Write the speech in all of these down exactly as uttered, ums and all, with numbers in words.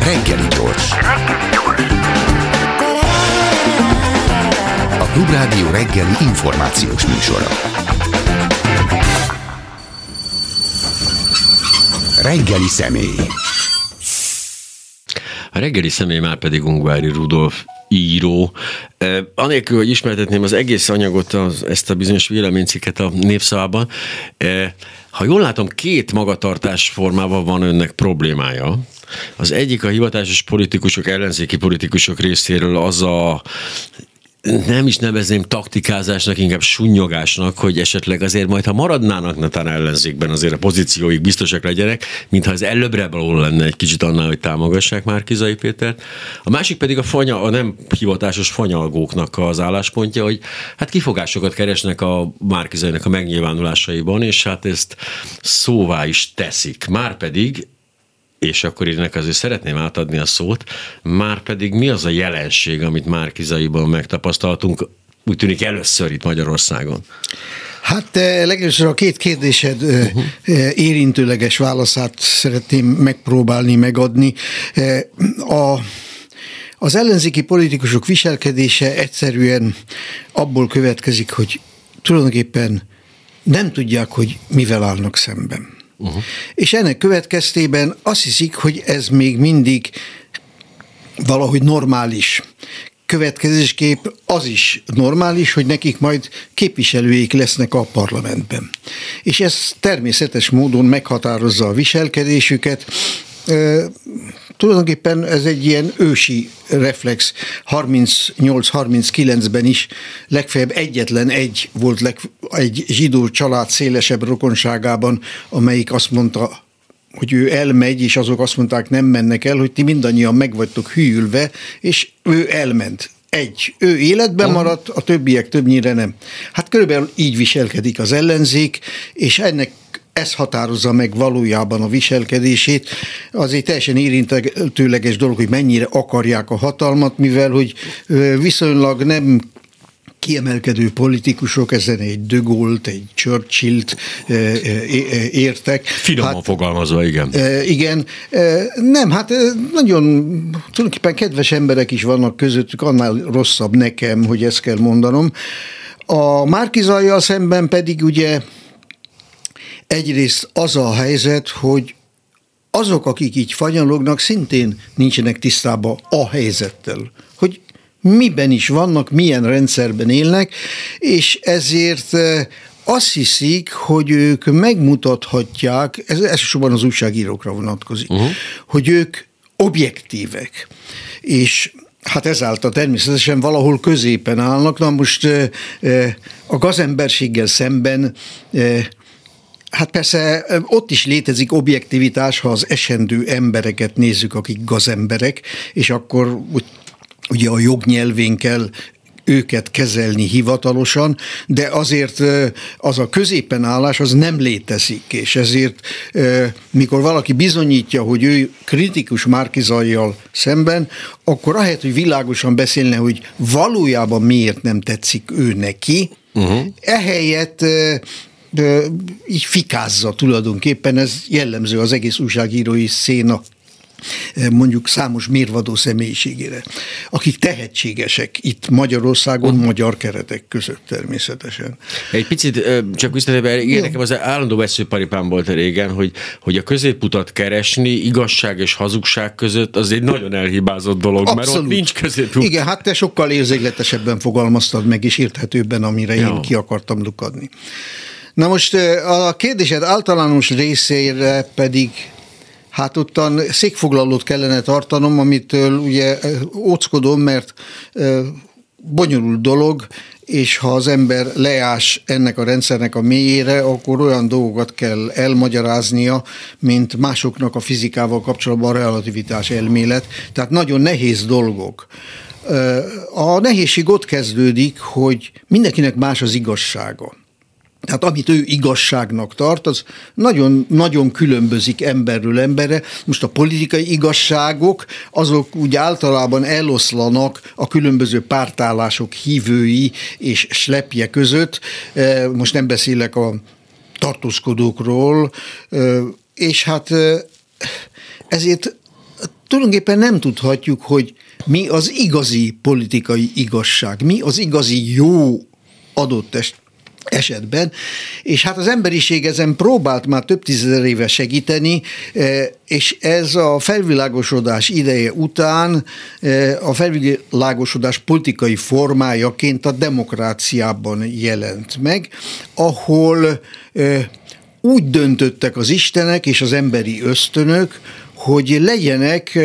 Reggeli gyors. A Klubrádió reggeli információs műsora. Reggeli személy. A reggeli személy már pedig Ungvári Rudolf író. Eh, anélkül, hogy ismertetném az egész anyagot, az, ezt a bizonyos véleménycikket a Népszavában, eh, ha jól látom, két magatartásformával van önnek problémája. Az egyik a hivatásos politikusok, ellenzéki politikusok részéről az a, nem is nevezném taktikázásnak, inkább sunnyogásnak, hogy esetleg azért majd, ha maradnának netán ellenzékben, azért a pozícióik biztosak legyenek, mintha ez előbbre való lenne egy kicsit annál, hogy támogassák Márki-Zay Pétert. A másik pedig a, fanya, a nem hivatásos fanyalgóknak az álláspontja, hogy hát kifogásokat keresnek a Márki-Zaynak a megnyilvánulásaiban, és hát ezt szóvá is teszik. Márpedig, és akkor én azért szeretném átadni a szót, már pedig mi az a jelenség, amit Márki-Zayban megtapasztaltunk, úgy tűnik először itt Magyarországon? Hát legelőször a két kérdésed uh-huh. érintőleges válaszát szeretném megpróbálni megadni. A, az ellenzéki politikusok viselkedése egyszerűen abból következik, hogy tulajdonképpen nem tudják, hogy mivel állnak szemben. Uh-huh. És ennek következtében azt hiszik, hogy ez még mindig valahogy normális. Következésképp az is normális, hogy nekik majd képviselőik lesznek a parlamentben. És ez természetes módon meghatározza a viselkedésüket. E, tulajdonképpen ez egy ilyen ősi reflex. harmincnyolc harminckilencben is legfeljebb egyetlen egy volt leg, egy zsidó család szélesebb rokonságában, amelyik azt mondta, hogy ő elmegy, és azok azt mondták, nem mennek el, hogy ti mindannyian meg vagytok hűlve, és ő elment. Egy. Ő életben maradt, a többiek többnyire nem. Hát körülbelül így viselkedik az ellenzék, és ennek ez határozza meg valójában a viselkedését. Azért teljesen érintőleges dolog, hogy mennyire akarják a hatalmat, mivel hogy viszonylag nem kiemelkedő politikusok, ezen egy De Gaulle-t, egy Churchill-t értek. Finoman hát, fogalmazva, igen. Igen. Nem, hát nagyon tulajdonképpen kedves emberek is vannak közöttük, annál rosszabb nekem, hogy ezt kell mondanom. A Márki-Zayyal szemben pedig ugye egyrészt az a helyzet, hogy azok, akik így fanyalognak, szintén nincsenek tisztában a helyzettel, hogy miben is vannak, milyen rendszerben élnek, és ezért azt hiszik, hogy ők megmutathatják, ez elsősorban az újságírókra vonatkozik, uh-huh. hogy ők objektívek, és hát ezáltal természetesen valahol középen állnak. Na most a gazemberséggel szemben hát persze ott is létezik objektivitás, ha az esendő embereket nézzük, akik gazemberek, és akkor ugye a jognyelvén kell őket kezelni hivatalosan, de azért az a középen állás az nem létezik, és ezért mikor valaki bizonyítja, hogy ő kritikus Márki-Zayyal szemben, akkor ahelyett, hogy világosan beszélne, hogy valójában miért nem tetszik ő neki, uh-huh. ehelyett de így fikázza tulajdonképpen, ez jellemző az egész újságírói széna mondjuk számos mérvadó személyiségére, akik tehetségesek itt Magyarországon, uh. magyar keretek között természetesen. Egy picit csak visszatérve, igen, nekem az állandó veszőparipám volt régen, hogy, hogy a középutat keresni igazság és hazugság között az egy nagyon elhibázott dolog, abszolút. Mert ott nincs középút. Igen, hát te sokkal érzékletesebben fogalmaztad meg, és érthetőbben, amire ja. én ki akartam lukadni. Na most a kérdésed általános részére pedig hát ottan székfoglalót kellene tartanom, amitől ugye óckodom, mert bonyolult dolog, és ha az ember leás ennek a rendszernek a mélyére, akkor olyan dolgokat kell elmagyaráznia, mint másoknak a fizikával kapcsolatban a relativitás elmélet. Tehát nagyon nehéz dolgok. A nehézség ott kezdődik, hogy mindenkinek más az igazsága. Tehát amit ő igazságnak tart, az nagyon, nagyon különbözik emberről emberre. Most a politikai igazságok, azok úgy általában eloszlanak a különböző pártállások hívői és slepje között. Most nem beszélek a tartózkodókról, és hát ezért tulajdonképpen nem tudhatjuk, hogy mi az igazi politikai igazság, mi az igazi jó adott est. esetben, és hát az emberiség ezen próbált már több tízezer éve segíteni, és ez a felvilágosodás ideje után a felvilágosodás politikai formájaként a demokráciában jelent meg, ahol úgy döntöttek az istenek és az emberi ösztönök, hogy legyenek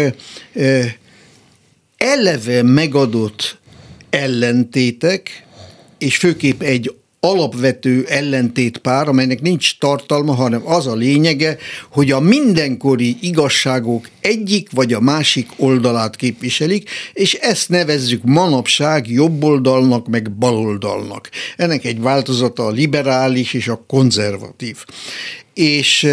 eleve megadott ellentétek, és főképp egy alapvető ellentétpár, amelynek nincs tartalma, hanem az a lényege, hogy a mindenkori igazságok egyik vagy a másik oldalát képviselik, és ezt nevezzük manapság jobboldalnak, meg baloldalnak. Ennek egy változata a liberális és a konzervatív. És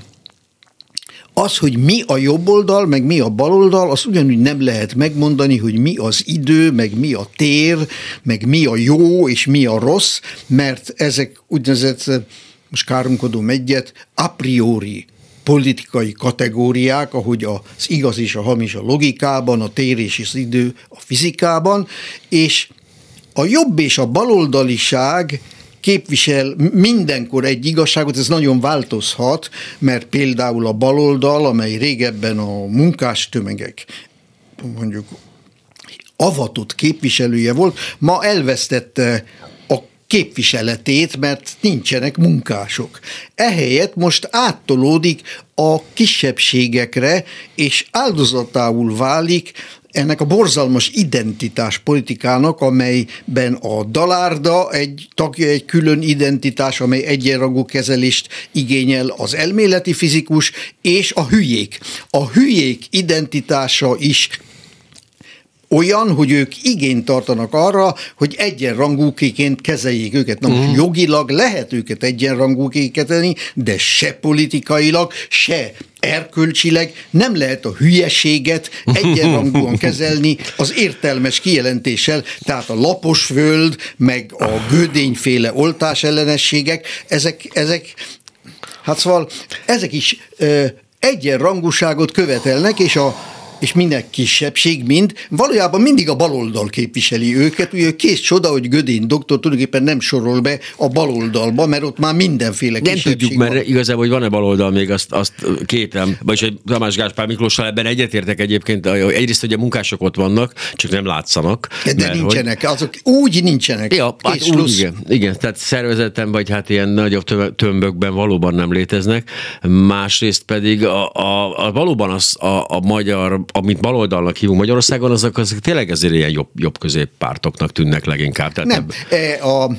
az, hogy mi a jobb oldal, meg mi a baloldal, azt ugyanúgy nem lehet megmondani, hogy mi az idő, meg mi a tér, meg mi a jó, és mi a rossz, mert ezek úgynevezett, most káromkodom egyet, a priori politikai kategóriák, ahogy az igaz és a hamis a logikában, a tér és az idő a fizikában, és a jobb és a baloldaliság képvisel mindenkor egy igazságot, ez nagyon változhat, mert például a baloldal, amely régebben a munkástömegek mondjuk avatott képviselője volt, ma elvesztette a képviseletét, mert nincsenek munkások. Ehelyett most áttolódik a kisebbségekre, és áldozatául válik ennek a borzalmas identitás politikának, amelyben a dalárda egy tagja, egy külön identitás, amely egyenrangú kezelést igényel, az elméleti fizikus és a hülyék. A hülyék identitása is olyan, hogy ők igényt tartanak arra, hogy egyenrangúként kezeljék őket. Na most mm. jogilag lehet őket egyenrangúként kezelni, de se politikailag, se erkölcsileg nem lehet a hülyeséget egyenrangúan kezelni az értelmes kijelentéssel, tehát a lapos föld, meg a gödényféle oltás ellenességek, ezek, ezek, hát szóval ezek is ö, egyenrangúságot követelnek, és a és minden kisebbség mind, valójában mindig a baloldal képviseli őket, ugye kész csoda, hogy Gödény doktor tulajdonképpen nem sorol be a baloldalba, mert ott már mindenféle nem kisebbség tudjuk, van. mert igazából, hogy van-e baloldal, még azt, azt kétem, vagyis egy Tamás Gáspár Miklóssal ebben egyetértek egyébként, egyrészt, hogy a munkások ott vannak, csak nem látszanak. De mert nincsenek, hogy... azok úgy nincsenek. Ja, hát úgy, igen, igen, tehát szervezetten vagy hát ilyen nagyobb tömbökben valóban nem léteznek, másrészt pedig a, a, a valóban az, a, a magyar, amit baloldalnak hívunk Magyarországon, azok, azok tényleg ezért ilyen jobb, jobb középpártoknak tűnnek leginkább. Tehát nem, nem. A,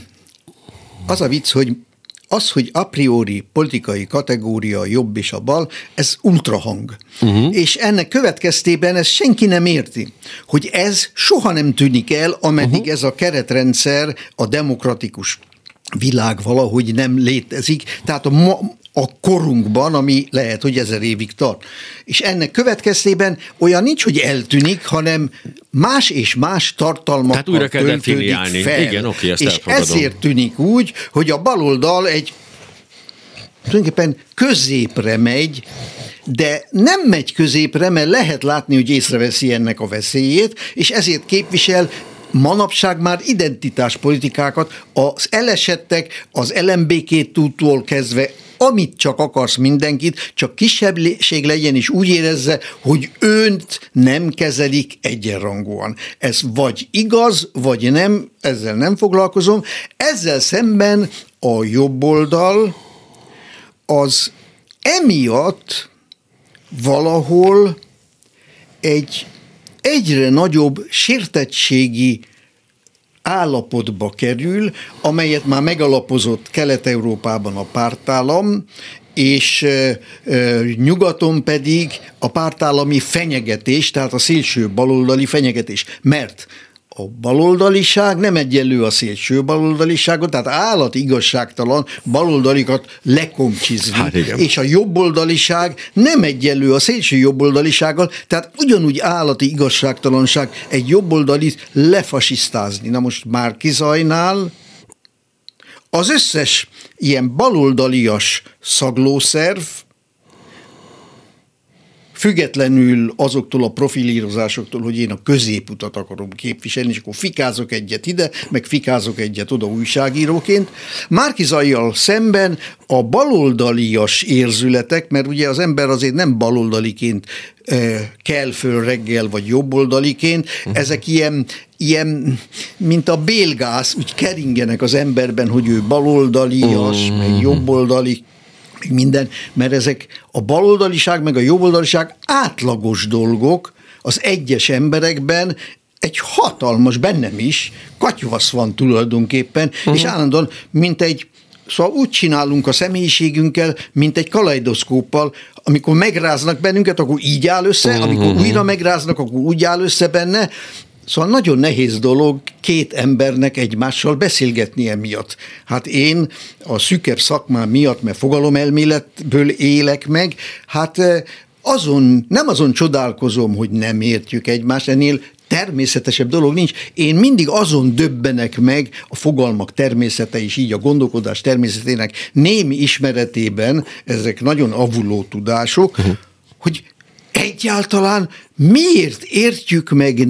az a vicc, hogy az, hogy a priori politikai kategória a jobb és a bal, ez ultrahang. Uh-huh. És ennek következtében ezt senki nem érti, hogy ez soha nem tűnik el, ameddig uh-huh. ez a keretrendszer, a demokratikus világ valahogy nem létezik. Tehát a, ma, a korunkban, ami lehet, hogy ezer évig tart. És ennek következtében olyan nincs, hogy eltűnik, hanem más és más tartalmakkal töltődik fel. Igen, oké, ezt és elfogadom. Ezért tűnik úgy, hogy a baloldal egy tulajdonképpen középre megy, de nem megy középre, mert lehet látni, hogy észreveszi ennek a veszélyét, és ezért képvisel manapság már identitáspolitikákat, az elesettek, az el em bé ká kettőtől kezdve, amit csak akarsz mindenkit, csak kisebbség legyen, és úgy érezze, hogy őt nem kezelik egyenrangúan. Ez vagy igaz, vagy nem, ezzel nem foglalkozom. Ezzel szemben a jobb oldal az emiatt valahol egy egyre nagyobb sértettségi állapotba kerül, amelyet már megalapozott Kelet-Európában a pártállam, és e, e, nyugaton pedig a pártállami fenyegetés, tehát a szélső baloldali fenyegetés. Mert a baloldaliság nem egyenlő a szélső baloldaliságot, tehát állati igazságtalan baloldalikat lekomcsizni. Hát és a jobboldaliság nem egyenlő a szélső jobboldalisággal, tehát ugyanúgy állati igazságtalanság egy jobboldalit lefasisztázni. Na most Márki-Zajnál az összes ilyen baloldalias szaglószerv, függetlenül azoktól a profilírozásoktól, hogy én a középutat akarom képviselni, és akkor fikázok egyet ide, meg fikázok egyet oda újságíróként. Márki-Zajjal szemben a baloldalias érzületek, mert ugye az ember azért nem baloldaliként kell föl reggel, vagy jobboldaliként, ezek ilyen, ilyen, mint a bélgász, úgy keringenek az emberben, hogy ő baloldalias, mm. meg jobboldali, meg minden, mert ezek a baloldaliság, meg a jobboldaliság átlagos dolgok az egyes emberekben, egy hatalmas, bennem is, katyvasz van tulajdonképpen, uh-huh. és állandóan, mint egy, szóval úgy csinálunk a személyiségünkkel, mint egy kaleidoszkóppal, amikor megráznak bennünket, akkor így áll össze, uh-huh. amikor újra megráznak, akkor úgy áll össze benne. Szóval nagyon nehéz dolog két embernek egymással beszélgetni emiatt. Hát én a szűkebb szakmám miatt, mert fogalomelméletből élek meg, hát azon, nem azon csodálkozom, hogy nem értjük egymást, ennél természetesebb dolog nincs. Én mindig azon döbbenek meg a fogalmak természete és így a gondolkodás természetének némi ismeretében, ezek nagyon avuló tudások, uh-huh. hogy egyáltalán miért értjük meg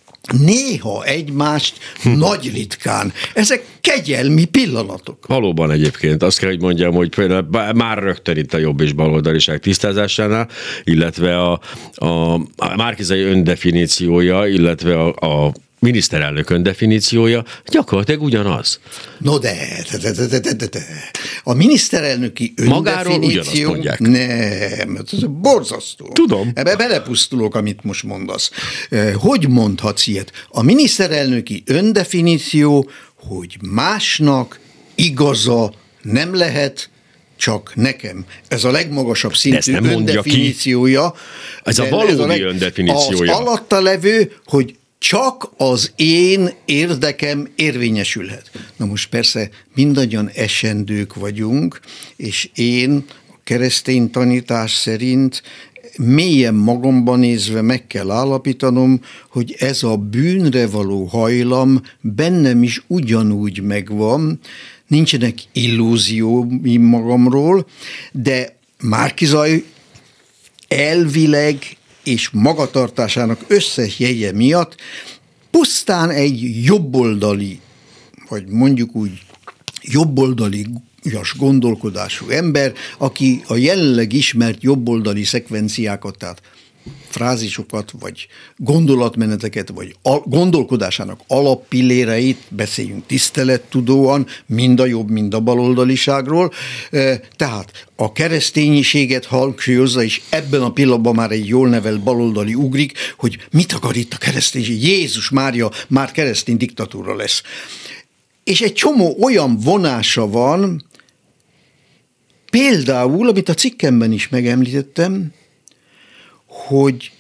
néha egymást nagy ritkán. Ezek kegyelmi pillanatok. Valóban egyébként. Azt kell, hogy mondjam, hogy például már rögtön itt a jobb és baloldaliság tisztázásánál, illetve a, a, a Márki-Zay öndefiníciója, illetve a, a miniszterelnök öndefiníciója gyakorlatilag ugyanaz. No de, de, de, de, de, de, de. A miniszterelnöki öndefiníció... Magáról nem, ez borzasztó. Tudom. Ebbe belepusztulok, amit most mondasz. Hogy mondhatsz ilyet? A miniszterelnöki öndefiníció, hogy másnak igaza nem lehet, csak nekem. Ez a legmagasabb szintű öndefiníciója. Ez a valódi ez a leg... öndefiníciója. Az alatta levő, hogy csak az én érdekem érvényesülhet. Na most persze mindannyian esendők vagyunk, és én a keresztény tanítás szerint mélyen magamban nézve meg kell állapítanom, hogy ez a bűnre való hajlam bennem is ugyanúgy megvan, nincsenek illúzióim magamról, de Márki-Zay elvileg és magatartásának összes jegye miatt pusztán egy jobboldali, vagy mondjuk úgy jobboldalias gondolkodású ember, aki a jelenleg ismert jobboldali szekvenciákat, tehát frázisokat, vagy gondolatmeneteket, vagy gondolkodásának alappilléreit, beszéljünk tisztelettudóan, mind a jobb, mind a baloldaliságról. Tehát a keresztényiséget hangsúlyozza, és ebben a pillanatban már egy jól nevelt baloldali ugrik, hogy mit akar itt a kereszténység? Jézus Mária, már keresztény diktatúra lesz. És egy csomó olyan vonása van, például, amit a cikkemben is megemlítettem, hogy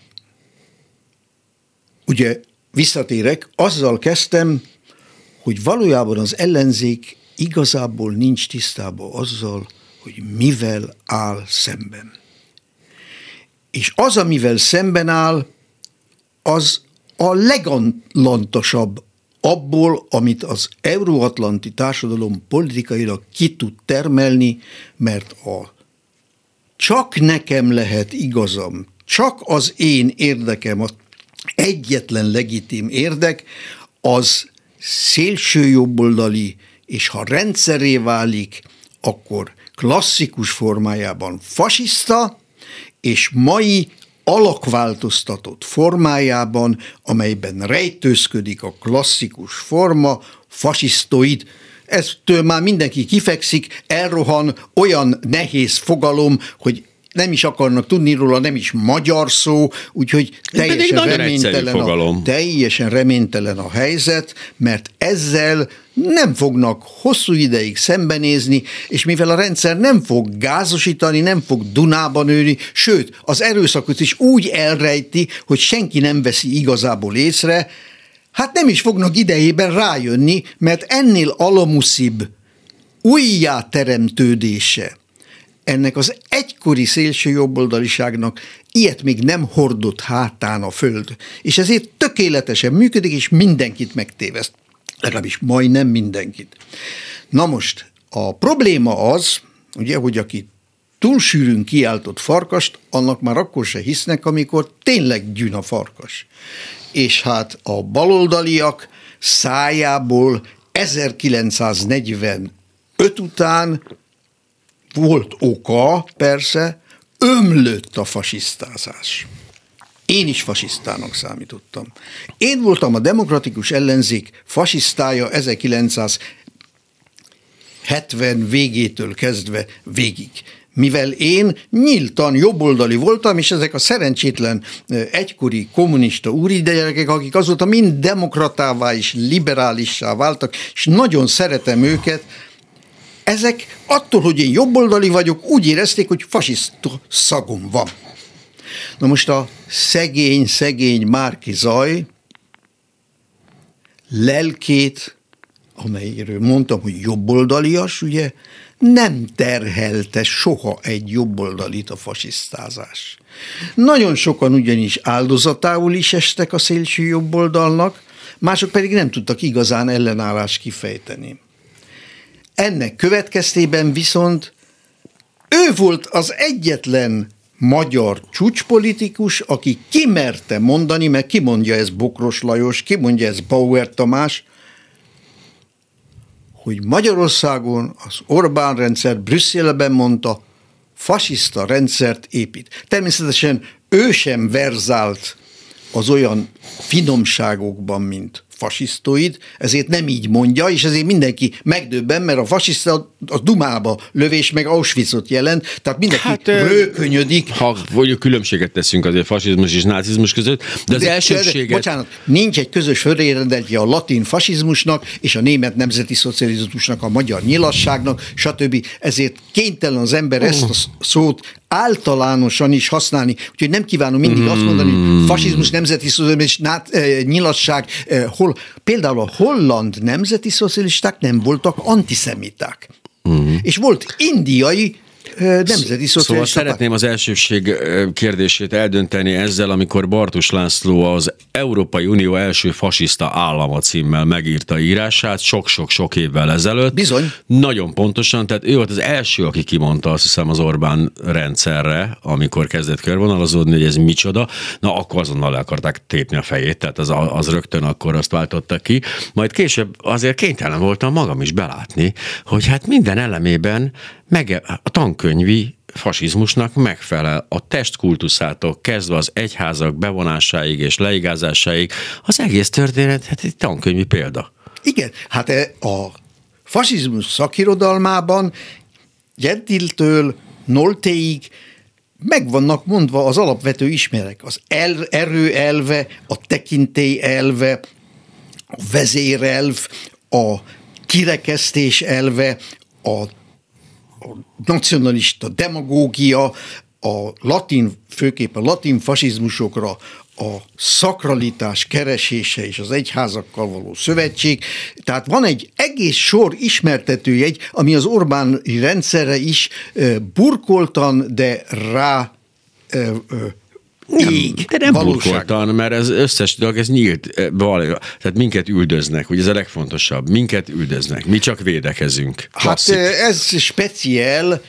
ugye visszatérek, azzal kezdtem, hogy valójában az ellenzék igazából nincs tisztában azzal, hogy mivel áll szemben. És az, amivel szemben áll, az a legalantasabb abból, amit az euróatlanti társadalom politikailag ki tud termelni, mert a csak nekem lehet igazam, csak az én érdekem, az egyetlen legitim érdek, az szélsőjobboldali, és ha rendszeré válik, akkor klasszikus formájában fasiszta, és mai alakváltoztatott formájában, amelyben rejtőzködik a klasszikus forma, fasisztoid. Eztől már mindenki kifekszik, elrohan, olyan nehéz fogalom, hogy nem is akarnak tudni róla, nem is magyar szó, úgyhogy teljesen reménytelen a, teljesen reménytelen a helyzet, mert ezzel nem fognak hosszú ideig szembenézni, és mivel a rendszer nem fog gázosítani, nem fog Dunában nőni, sőt, az erőszakot is úgy elrejti, hogy senki nem veszi igazából észre, hát nem is fognak idejében rájönni, mert ennél alamuszibb újjáteremtődése ennek az egykori szélsőjobboldaliságnak ilyet még nem hordott hátán a föld. És ezért tökéletesen működik, és mindenkit megtéveszt. Legalábbis majdnem mindenkit. Na most, a probléma az, ugye, hogy aki túl sűrűn kiáltott farkast, annak már akkor se hisznek, amikor tényleg gyűn a farkas. És hát a baloldaliak szájából ezerkilencszáznegyvenöt után volt oka, persze, ömlött a fasisztázás. Én is fasisztának számítottam. Én voltam a demokratikus ellenzék fasisztája ezerkilencszázhetven végétől kezdve végig. Mivel én nyíltan jobboldali voltam, és ezek a szerencsétlen egykori kommunista úridegyerekek, akik azóta mind demokratává és liberálissá váltak, és nagyon szeretem őket, ezek attól, hogy én jobboldali vagyok, úgy érezték, hogy fasiszta szagom van. Na most a szegény, szegény Márki Zaj lelkét, amelyről mondtam, hogy jobboldalias, ugye, nem terhelte soha egy jobboldalit a fasisztázás. Nagyon sokan ugyanis áldozatául is estek a szélső jobboldalnak, mások pedig nem tudtak igazán ellenállást kifejteni. Ennek következtében viszont ő volt az egyetlen magyar csúcspolitikus, aki kimerte mondani, mert ki mondja ez Bokros Lajos, ki mondja ez Bauer Tamás, hogy Magyarországon az Orbán rendszer, Brüsszelben mondta, fasiszta rendszert épít. Természetesen ő sem verzált az olyan finomságokban, mint fasisztoid, ezért nem így mondja, és ezért mindenki megdöbben, mert a fasiszta a Dumába lövés meg Auschwitzot jelent, tehát mindenki hát, rökönyödik. Ha vagy különbséget teszünk azért fasizmus és nácizmus között, de az de, elsőbséget... De, bocsánat, nincs egy közös fölrendeltje a latin fasizmusnak és a német nemzeti szocializmusnak, a magyar nyilasságnak, stb. Ezért kénytelen az ember ezt a szót általánosan is használni, úgyhogy nem kívánom mindig mm. azt mondani, hogy fasizmus, nemzeti szocializmus, nát, eh, nyilasság, eh, hol, például a holland nemzeti szocialisták nem voltak antiszemiták. Mm. És volt indiai nemzeti szocialista. Szóval szeretném az elsőbség kérdését eldönteni ezzel, amikor Bartus László az Európai Unió első fasiszta állama címmel megírta írását sok-sok-sok évvel ezelőtt. Bizony. Nagyon pontosan, tehát ő volt az első, aki kimondta, azt hiszem, az Orbán rendszerre, amikor kezdett körvonalazódni, hogy ez micsoda. Na, akkor azonnal le akarták tépni a fejét, tehát az, az rögtön akkor azt váltotta ki. Majd később azért kénytelen voltam magam is belátni, hogy hát minden elemében meg a tankönyvi fasizmusnak megfelel a testkultuszától kezdve az egyházak bevonásáig és leigázásáig. Az egész történet, hát egy tankönyvi példa. Igen, hát a fasizmus szakirodalmában Gentiltől Noltéig meg vannak mondva az alapvető ismeretek. Az el, erő elve, a tekintély elve, a vezérelv, a kirekesztés elve, a a nacionalista demagógia, a latin, főképp a latin fasizmusokra a szakralitás keresése és az egyházakkal való szövetség. Tehát van egy egész sor ismertetőjegy, ami az Orbáni rendszerre is burkoltan, de rá Ég, de nem burkoltan, mert ez összes dolog, ez nyílt, tehát minket üldöznek, ugye ez a legfontosabb, minket üldöznek, mi csak védekezünk. Klasszik. Hát ez speciál,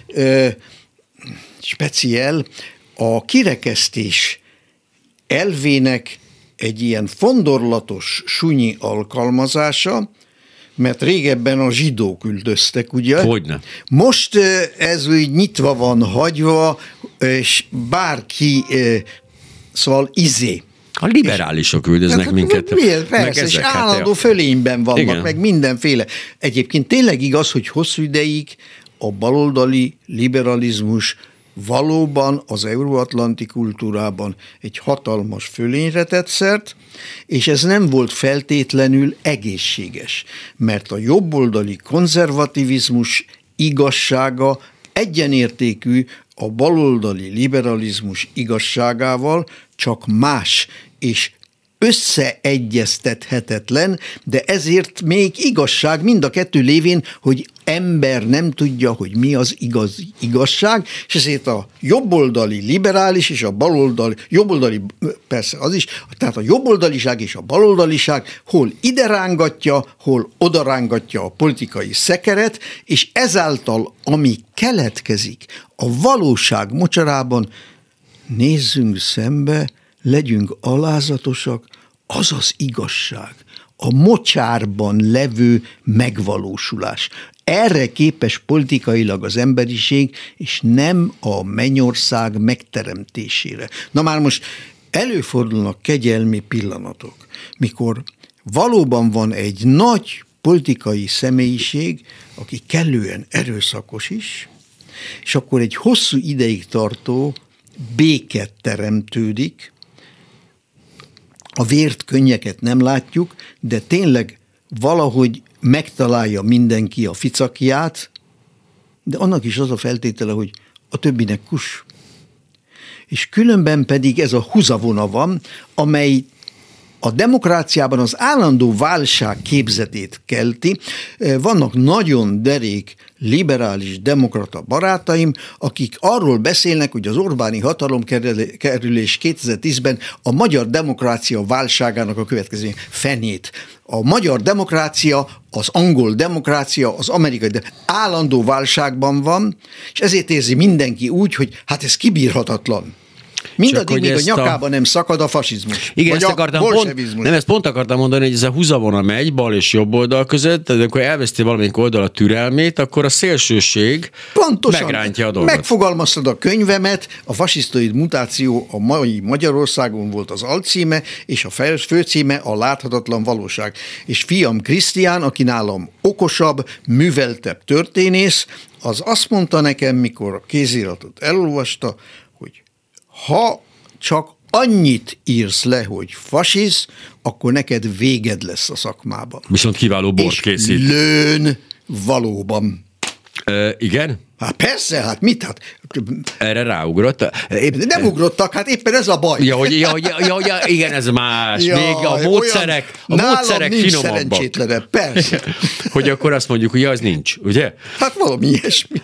speciál a kirekesztés elvének egy ilyen fondorlatos, sunyi alkalmazása, mert régebben a zsidók üldöztek, ugye? Hogyne. Most ez úgy nyitva van hagyva, és bárki, szóval izé. A liberálisok üldöznek hát, minket. Miért? Persze, és állandó hát, fölényben vannak, igen. Meg mindenféle. Egyébként tényleg igaz, hogy hosszú ideig a baloldali liberalizmus valóban az euróatlanti kultúrában egy hatalmas fölényre tett szert, és ez nem volt feltétlenül egészséges, mert a jobboldali konzervativizmus igazsága egyenértékű a baloldali liberalizmus igazságával, csak más és összeegyeztethetetlen, de ezért még igazság mind a kettő lévén, hogy ember nem tudja, hogy mi az igaz, igazság, és ezért a jobboldali liberális és a baloldali, jobboldali persze az is, tehát a jobboldaliság és a baloldaliság hol ide rángatja, hol oda rángatja a politikai szekeret, és ezáltal, ami keletkezik a valóság mocsarában, nézzünk szembe, legyünk alázatosak, az az igazság, a mocsárban levő megvalósulás. Erre képes politikailag az emberiség, és nem a mennyország megteremtésére. Na már most előfordulnak kegyelmi pillanatok, mikor valóban van egy nagy politikai személyiség, aki kellően erőszakos is, és akkor egy hosszú ideig tartó béke teremtődik, a vért, könnyeket nem látjuk, de tényleg valahogy megtalálja mindenki a ficakját, de annak is az a feltétele, hogy a többinek kus. És különben pedig ez a húzavona van, amely a demokráciában az állandó válság képzetét kelti. Vannak nagyon derék liberális demokrata barátaim, akik arról beszélnek, hogy az Orbáni hatalomkerülés kétezer-tízben a magyar demokrácia válságának a következő fenét. A magyar demokrácia, az angol demokrácia, az amerikai demokrácia állandó válságban van, és ezért érzi mindenki úgy, hogy hát ez kibírhatatlan. Mindaddig, még a nyakában a... nem szakad a fasizmus. Igen, ezt akartam pont, nem, ezt pont akartam mondani, hogy ez a húzavona megy bal és jobb oldal között, tehát amikor elveszti valamelyik oldal a türelmét, akkor a szélsőség pontosan megrántja a dolgot. Megfogalmaztad a könyvemet, a fasisztoid mutáció a mai Magyarországon volt az alcíme, és a főcíme a láthatatlan valóság. És fiam Krisztián, aki nálam okosabb, műveltebb történész, az azt mondta nekem, mikor a kéziratot elolvasta, hogy ha csak annyit írsz le, hogy fasisz, akkor neked véged lesz a szakmában. Viszont kiváló bort készít. És lőn valóban. E, igen? Hát persze, hát mit? Hát... Erre ráugrott? Épp... Nem ugrottak, hát éppen ez a baj. Ja, hogy, ja, hogy, ja, hogy igen, ez más. Ja, még a módszerek, a módszerek finomabbak. Szerencsétlenek, persze. Hogy akkor azt mondjuk, hogy ja, az nincs, ugye? Hát valami ilyesmi.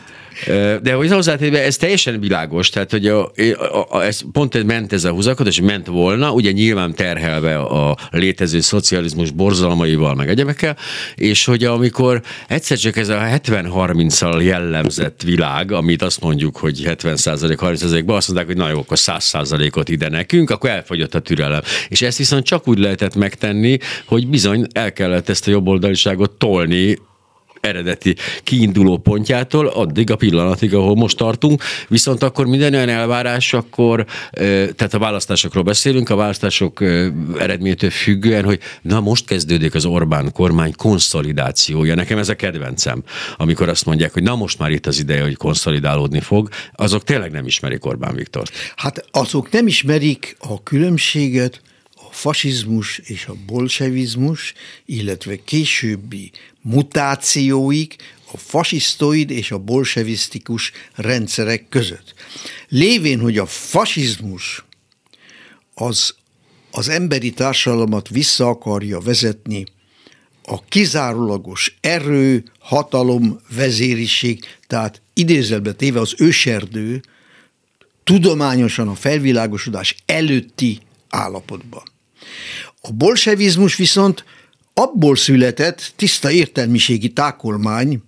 De hogy hozzátéve, ez teljesen világos, tehát hogy a, a, a, ez pont ment ez a húzakodás, ment volna, ugye nyilván terhelve a létező szocializmus borzalmaival, meg egyebekkel, és hogy amikor egyszer csak ez a hetven-harminccal jellemzett világ, amit azt mondjuk, hogy hetven százalék, harminc százalékban azt mondták, hogy na jó, akkor száz százalékot ide nekünk, akkor elfogyott a türelem. És ezt viszont csak úgy lehetett megtenni, hogy bizony el kellett ezt a jobboldaliságot tolni eredeti kiinduló pontjától addig a pillanatig, ahol most tartunk, viszont akkor minden olyan elvárás, akkor, tehát a választásokról beszélünk, a választások eredményétől függően, hogy na most kezdődik az Orbán kormány konszolidációja. Nekem ez a kedvencem, amikor azt mondják, hogy na most már itt az ideje, hogy konszolidálódni fog, azok tényleg nem ismerik Orbán Viktort. Hát azok nem ismerik a különbséget, a fasizmus és a bolsevizmus, illetve későbbi mutációik a fasisztoid és a bolsevisztikus rendszerek között. Lévén, hogy a fasizmus az, az emberi társadalmat vissza akarja vezetni a kizárólagos erő, hatalom, vezériség, tehát idézőjelbe téve az őserdő tudományosan a felvilágosodás előtti állapotban. A bolsevizmus viszont abból született tiszta értelmiségi tákolmány,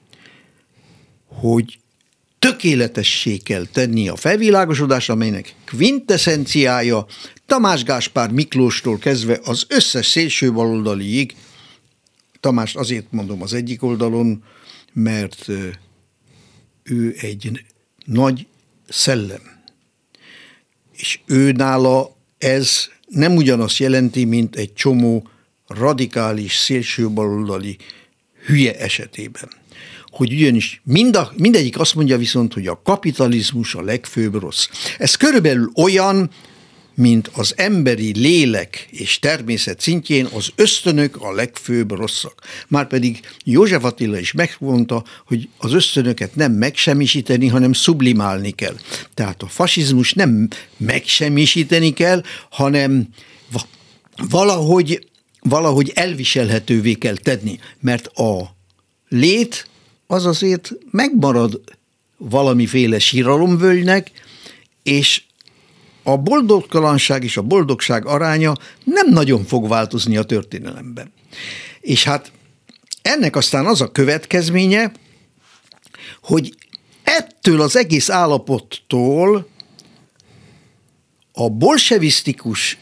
hogy tökéletessé kell tenni a felvilágosodás, amelynek quintessenciája Tamás Gáspár Miklóstól kezdve az összes szélső baloldaliig. Tamást azért mondom az egyik oldalon, mert ő egy nagy szellem. És ő nála ez nem ugyanazt jelenti, mint egy csomó radikális, szélsőbaloldali hülye esetében. Hogy ugyanis mind a, mindegyik azt mondja viszont, hogy a kapitalizmus a legfőbb rossz. Ez körülbelül olyan, mint az emberi lélek és természet szintjén az ösztönök a legfőbb rosszak. Márpedig József Attila is megmondta, hogy az ösztönöket nem megsemmisíteni, hanem sublimálni kell. Tehát a fasizmus nem megsemmisíteni kell, hanem valahogy, valahogy elviselhetővé kell tenni, mert a lét az azért megmarad valamiféle síralomvölgynek, és a boldogtalanság és a boldogság aránya nem nagyon fog változni a történelemben. És hát ennek aztán az a következménye, hogy ettől az egész állapottól a bolsevisztikus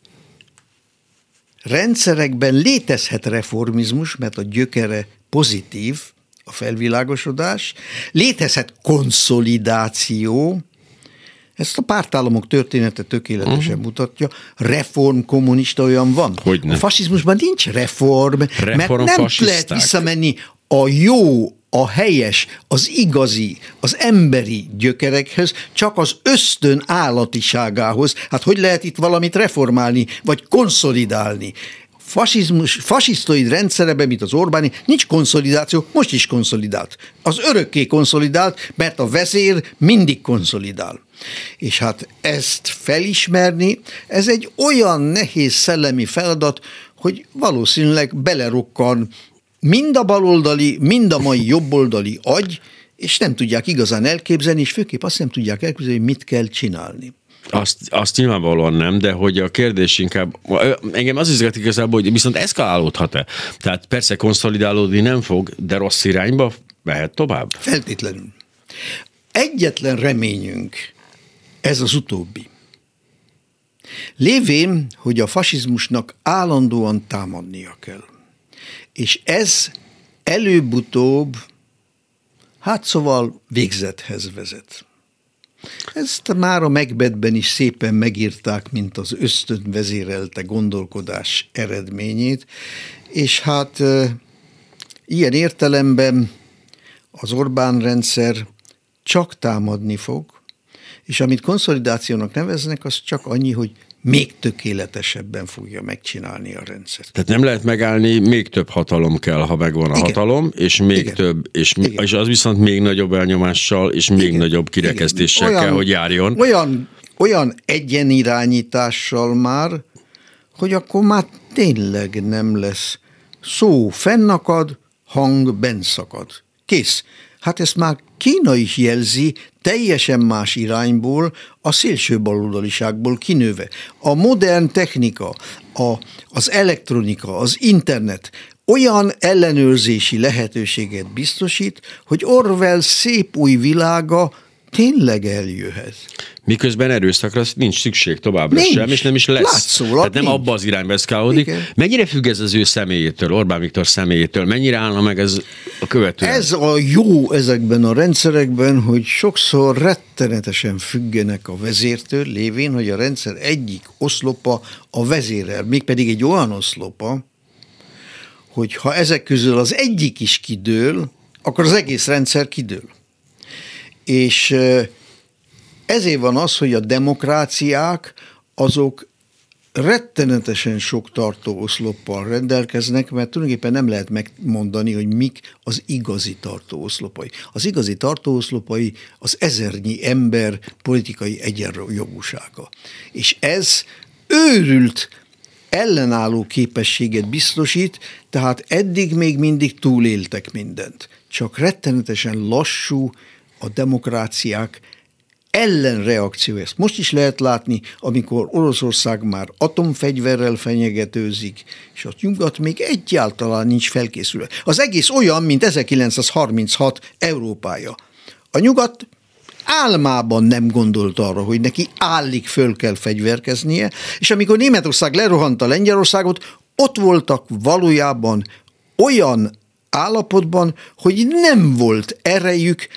rendszerekben létezhet reformizmus, mert a gyökere pozitív, a felvilágosodás, létezhet konszolidáció, ezt a pártállamok története tökéletesen uh-huh. mutatja, reform kommunista olyan van. Hogyne. A fasizmusban nincs reform, reform mert nem fasiszták. Lehet visszamenni a jó, a helyes, az igazi, az emberi gyökerekhez, csak az ösztön állatiságához. Hát hogy lehet itt valamit reformálni, vagy konszolidálni? Fasizmus, fasisztoid rendszereben, mint az Orbáni, nincs konszolidáció, most is konszolidált. Az örökké konszolidált, mert a vezér mindig konszolidál. És hát ezt felismerni, ez egy olyan nehéz szellemi feladat, hogy valószínűleg belerokkan mind a baloldali, mind a mai jobboldali agy, és nem tudják igazán elképzelni, és főképp azt nem tudják elképzelni, hogy mit kell csinálni. Azt, azt nyilvánvalóan nem, de hogy a kérdés inkább, engem az izgat igazából, hogy viszont eszkalálódhat-e? Tehát persze konszolidálódni nem fog, de rossz irányba mehet tovább? Feltétlenül. Egyetlen reményünk ez az utóbbi. Lévén, hogy a fasizmusnak állandóan támadnia kell. És ez előbb-utóbb, hát szóval végzethez vezet. Ezt már a Macbethben is szépen megírták, mint az ösztön vezérelte gondolkodás eredményét, és hát e, ilyen értelemben az Orbán rendszer csak támadni fog, és amit konszolidációnak neveznek, az csak annyi, hogy még tökéletesebben fogja megcsinálni a rendszert. Tehát nem lehet megállni, még több hatalom kell, ha megvan a Igen. hatalom, és még Igen. több, és, és az viszont még nagyobb elnyomással, és még Igen. nagyobb kirekesztéssel olyan, kell, hogy járjon. Olyan, olyan egyenirányítással már, hogy akkor már tényleg nem lesz szó fennakad, hang benszakad. Kész. Hát ezt már Kína is jelzi, teljesen más irányból, a szélső baloldaliságból kinőve. A modern technika, a, az elektronika, az internet olyan ellenőrzési lehetőséget biztosít, hogy Orwell szép új világa tényleg eljöhet. Miközben erőszakra nincs szükség továbbra nincs. sem, és nem is lesz. Látszólag Tehát nem nincs. Abba az irányba eszkálódik. Mennyire függ ez az ő személyétől, Orbán Viktor személyétől? Mennyire állna meg ez a követően? Ez a jó ezekben a rendszerekben, hogy sokszor rettenetesen függenek a vezértől, lévén, hogy a rendszer egyik oszlopa a vezérel, mégpedig egy olyan oszlopa, hogy ha ezek közül az egyik is kidől, akkor az egész rendszer kidől. És ezért van az, hogy a demokráciák azok rettenetesen sok tartóoszloppal rendelkeznek, mert tulajdonképpen nem lehet megmondani, hogy mik az igazi tartóoszlopai. Az igazi tartóoszlopai az ezernyi ember politikai egyenjogúsága. És ez őrült ellenálló képességet biztosít, tehát eddig még mindig túléltek mindent. Csak rettenetesen lassú a demokráciák ellenreakció. Ezt most is lehet látni, amikor Oroszország már atomfegyverrel fenyegetőzik, és a nyugat még egyáltalán nincs felkészülve. Az egész olyan, mint ezerkilencszázharminchat Európája. A nyugat álmában nem gondolt arra, hogy neki állig föl kell fegyverkeznie, és amikor Németország lerohanta Lengyelországot, ott voltak valójában olyan állapotban, hogy nem volt erejük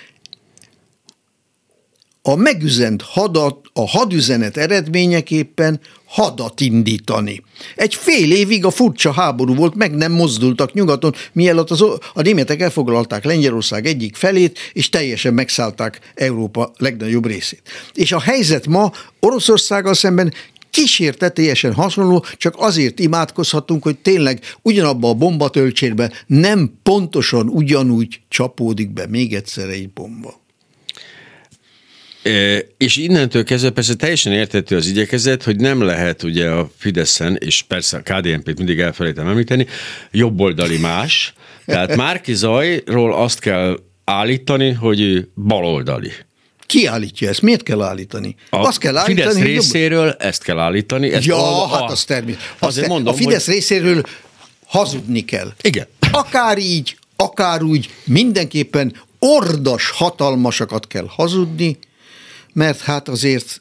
a megüzent hadat, a hadüzenet eredményeképpen hadat indítani. Egy fél évig a furcsa háború volt, meg nem mozdultak nyugaton, mielőtt az, a németek elfoglalták Lengyelország egyik felét, és teljesen megszállták Európa legnagyobb részét. És a helyzet ma Oroszországgal szemben kísérte teljesen hasonló, csak azért imádkozhatunk, hogy tényleg ugyanabba a bombatölcsérbe nem pontosan ugyanúgy csapódik be még egyszer egy bomba. És innentől kezdve persze teljesen érthető az igyekezet, hogy nem lehet ugye a Fideszen, és persze a ká dé en pét mindig elfelejtem említeni, jobboldali más. Tehát Márki Zajról azt kell állítani, hogy ő baloldali. Ki állítja ezt? Miért kell állítani? A azt kell állítani, Fidesz részéről jobb... ezt kell állítani. Ezt ja, a, hát az természetesen. Azért mondom, a Fidesz hogy... részéről hazudni kell. Igen. Akár így, akár úgy, mindenképpen ordas hatalmasakat kell hazudni, mert hát azért